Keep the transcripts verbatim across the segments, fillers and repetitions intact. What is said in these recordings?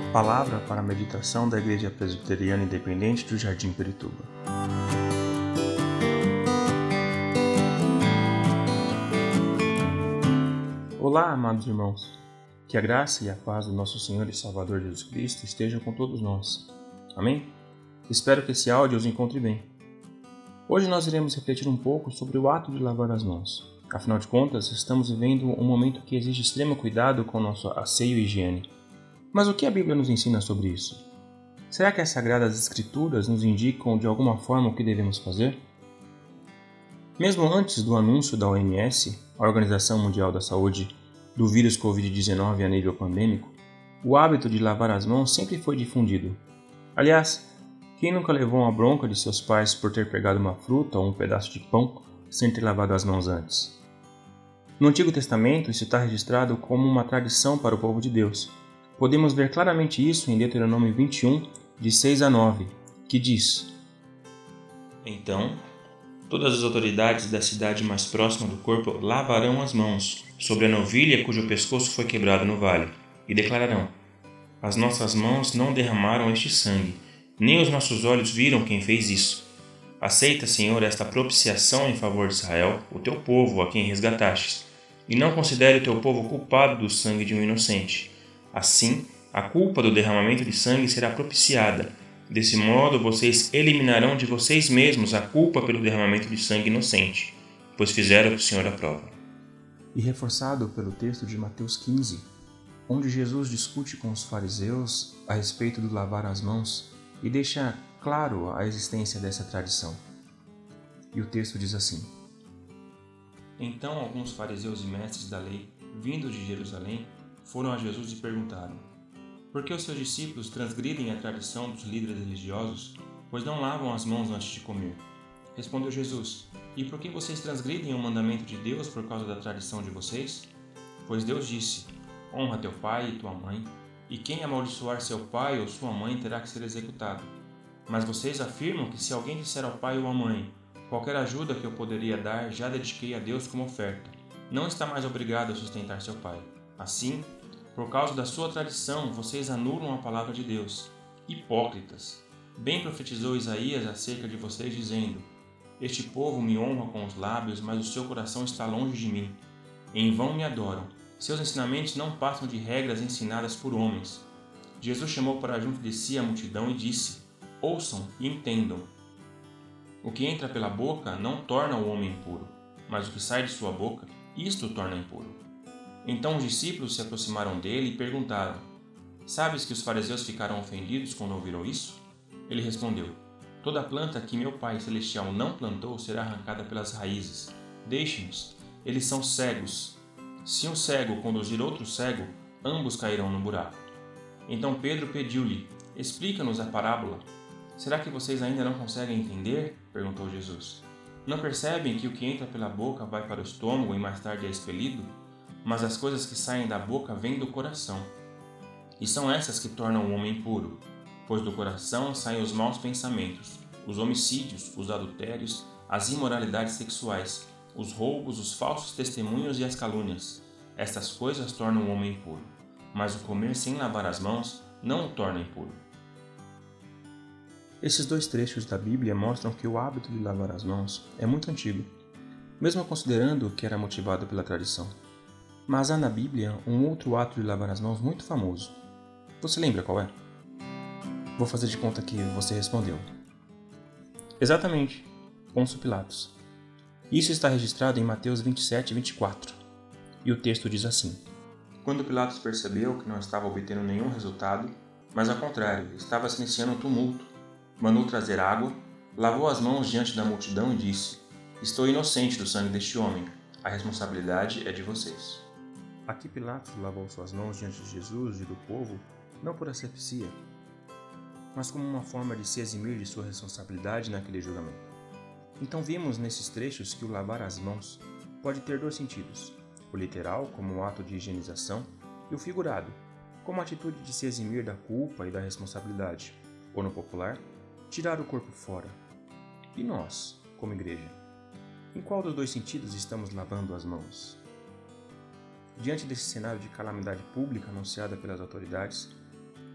Palavra para a meditação da Igreja Presbiteriana Independente do Jardim Pirituba. Olá, amados irmãos. Que a graça e a paz do nosso Senhor e Salvador Jesus Cristo estejam com todos nós. Amém? Espero que esse áudio os encontre bem. Hoje nós iremos refletir um pouco sobre o ato de lavar as mãos. Afinal de contas, estamos vivendo um momento que exige extremo cuidado com o nosso asseio e higiene. Mas o que a Bíblia nos ensina sobre isso? Será que as Sagradas Escrituras nos indicam de alguma forma o que devemos fazer? Mesmo antes do anúncio da O M S, a Organização Mundial da Saúde, do vírus covid dezenove a nível pandêmico, o hábito de lavar as mãos sempre foi difundido. Aliás, quem nunca levou uma bronca de seus pais por ter pegado uma fruta ou um pedaço de pão sem ter lavado as mãos antes? No Antigo Testamento, isso está registrado como uma tradição para o povo de Deus. Podemos ver claramente isso em Deuteronômio vinte e um, de seis a nove, que diz: Então, todas as autoridades da cidade mais próxima do corpo lavarão as mãos sobre a novilha cujo pescoço foi quebrado no vale, e declararão: As nossas mãos não derramaram este sangue, nem os nossos olhos viram quem fez isso. Aceita, Senhor, esta propiciação em favor de Israel, o teu povo a quem resgatastes, e não considere o teu povo culpado do sangue de um inocente. Assim, a culpa do derramamento de sangue será propiciada. Desse modo, vocês eliminarão de vocês mesmos a culpa pelo derramamento de sangue inocente, pois fizeram o que o Senhor aprova. E reforçado pelo texto de Mateus quinze, onde Jesus discute com os fariseus a respeito do lavar as mãos e deixa claro a existência dessa tradição. E o texto diz assim: Então alguns fariseus e mestres da lei, vindos de Jerusalém, foram a Jesus e perguntaram: Por que os seus discípulos transgridem a tradição dos líderes religiosos, pois não lavam as mãos antes de comer? Respondeu Jesus: E por que vocês transgridem o mandamento de Deus por causa da tradição de vocês? Pois Deus disse: Honra teu pai e tua mãe, e quem amaldiçoar seu pai ou sua mãe terá que ser executado. Mas vocês afirmam que se alguém disser ao pai ou à mãe: Qualquer ajuda que eu poderia dar já dediquei a Deus como oferta, não está mais obrigado a sustentar seu pai. Assim, por causa da sua tradição, vocês anulam a palavra de Deus. Hipócritas! Bem profetizou Isaías acerca de vocês, dizendo: Este povo me honra com os lábios, mas o seu coração está longe de mim. Em vão me adoram. Seus ensinamentos não passam de regras ensinadas por homens. Jesus chamou para junto de si a multidão e disse: Ouçam e entendam. O que entra pela boca não torna o homem impuro, mas o que sai de sua boca, isto o torna impuro. Então os discípulos se aproximaram dele e perguntaram: Sabes que os fariseus ficaram ofendidos quando ouviram isso? Ele respondeu: Toda planta que meu Pai Celestial não plantou será arrancada pelas raízes. Deixe-nos, eles são cegos. Se um cego conduzir outro cego, ambos cairão no buraco. Então Pedro pediu-lhe: Explica-nos a parábola. Será que vocês ainda não conseguem entender? Perguntou Jesus. Não percebem que o que entra pela boca vai para o estômago e mais tarde é expelido? Mas as coisas que saem da boca vêm do coração. E são essas que tornam o homem impuro, pois do coração saem os maus pensamentos, os homicídios, os adultérios, as imoralidades sexuais, os roubos, os falsos testemunhos e as calúnias. Estas coisas tornam o homem impuro, mas o comer sem lavar as mãos não o torna impuro. Esses dois trechos da Bíblia mostram que o hábito de lavar as mãos é muito antigo, mesmo considerando que era motivado pela tradição. Mas há na Bíblia um outro ato de lavar as mãos muito famoso. Você lembra qual é? Vou fazer de conta que você respondeu. Exatamente, Pôncio Pilatos. Isso está registrado em Mateus vinte e sete, vinte e quatro. E o texto diz assim: Quando Pilatos percebeu que não estava obtendo nenhum resultado, mas ao contrário, estava se iniciando um tumulto, mandou trazer água, lavou as mãos diante da multidão e disse: Estou inocente do sangue deste homem, a responsabilidade é de vocês. Aqui Pilatos lavou suas mãos diante de Jesus e do povo, não por asepsia, mas como uma forma de se eximir de sua responsabilidade naquele julgamento. Então vimos nesses trechos que o lavar as mãos pode ter dois sentidos: o literal, como um ato de higienização, e o figurado, como a atitude de se eximir da culpa e da responsabilidade, ou no popular, tirar o corpo fora. E nós, como igreja, em qual dos dois sentidos estamos lavando as mãos? Diante desse cenário de calamidade pública anunciada pelas autoridades,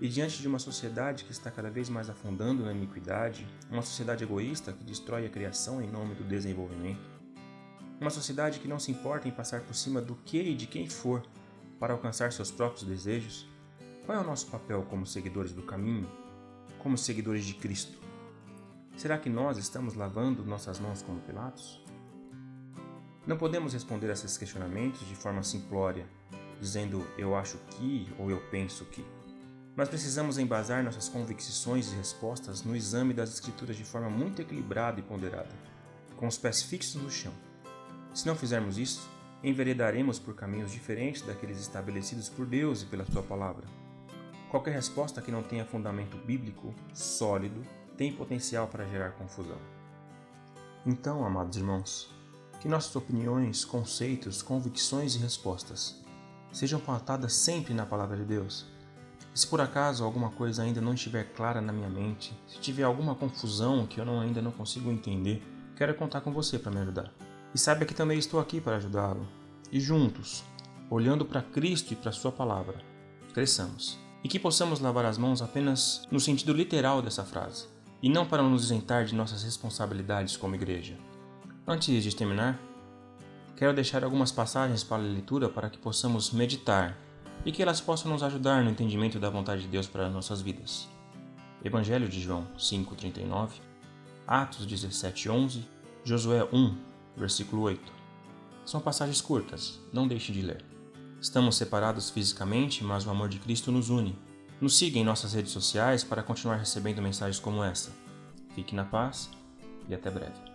E diante de uma sociedade que está cada vez mais afundando na iniquidade, uma sociedade egoísta que destrói a criação em nome do desenvolvimento, uma sociedade que não se importa em passar por cima do que e de quem for para alcançar seus próprios desejos, qual é o nosso papel como seguidores do caminho, como seguidores de Cristo? Será que nós estamos lavando nossas mãos como Pilatos? Não podemos responder a esses questionamentos de forma simplória, dizendo eu acho que ou eu penso que. Nós precisamos embasar nossas convicções e respostas no exame das Escrituras de forma muito equilibrada e ponderada, com os pés fixos no chão. Se não fizermos isso, enveredaremos por caminhos diferentes daqueles estabelecidos por Deus e pela Sua Palavra. Qualquer resposta que não tenha fundamento bíblico sólido tem potencial para gerar confusão. Então, amados irmãos, que nossas opiniões, conceitos, convicções e respostas sejam pautadas sempre na Palavra de Deus. E se por acaso alguma coisa ainda não estiver clara na minha mente, se tiver alguma confusão que eu não, ainda não consigo entender, quero contar com você para me ajudar. E saiba que também estou aqui para ajudá-lo. E juntos, olhando para Cristo e para Sua Palavra, cresçamos. E que possamos lavar as mãos apenas no sentido literal dessa frase, e não para nos isentar de nossas responsabilidades como igreja. Antes de terminar, quero deixar algumas passagens para a leitura para que possamos meditar e que elas possam nos ajudar no entendimento da vontade de Deus para as nossas vidas. Evangelho de João cinco, trinta e nove, Atos dezessete, onze, Josué um, versículo oito. São passagens curtas, não deixe de ler. Estamos separados fisicamente, mas o amor de Cristo nos une. Nos siga em nossas redes sociais para continuar recebendo mensagens como essa. Fique na paz e até breve.